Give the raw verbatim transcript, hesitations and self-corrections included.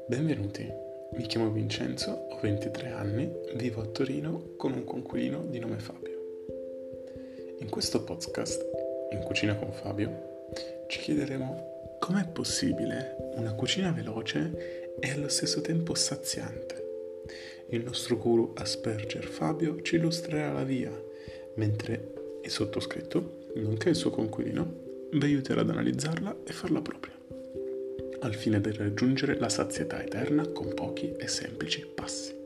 Benvenuti, mi chiamo Vincenzo, ho ventitré anni, vivo a Torino con un coinquilino di nome Fabio. In questo podcast, In Cucina con Fabio, ci chiederemo com'è possibile una cucina veloce e allo stesso tempo saziante. Il nostro guru Asperger Fabio ci illustrerà la via, mentre il sottoscritto, nonché il suo coinquilino, vi aiuterà ad analizzarla e farla propria, al fine di raggiungere la sazietà eterna con pochi e semplici passi.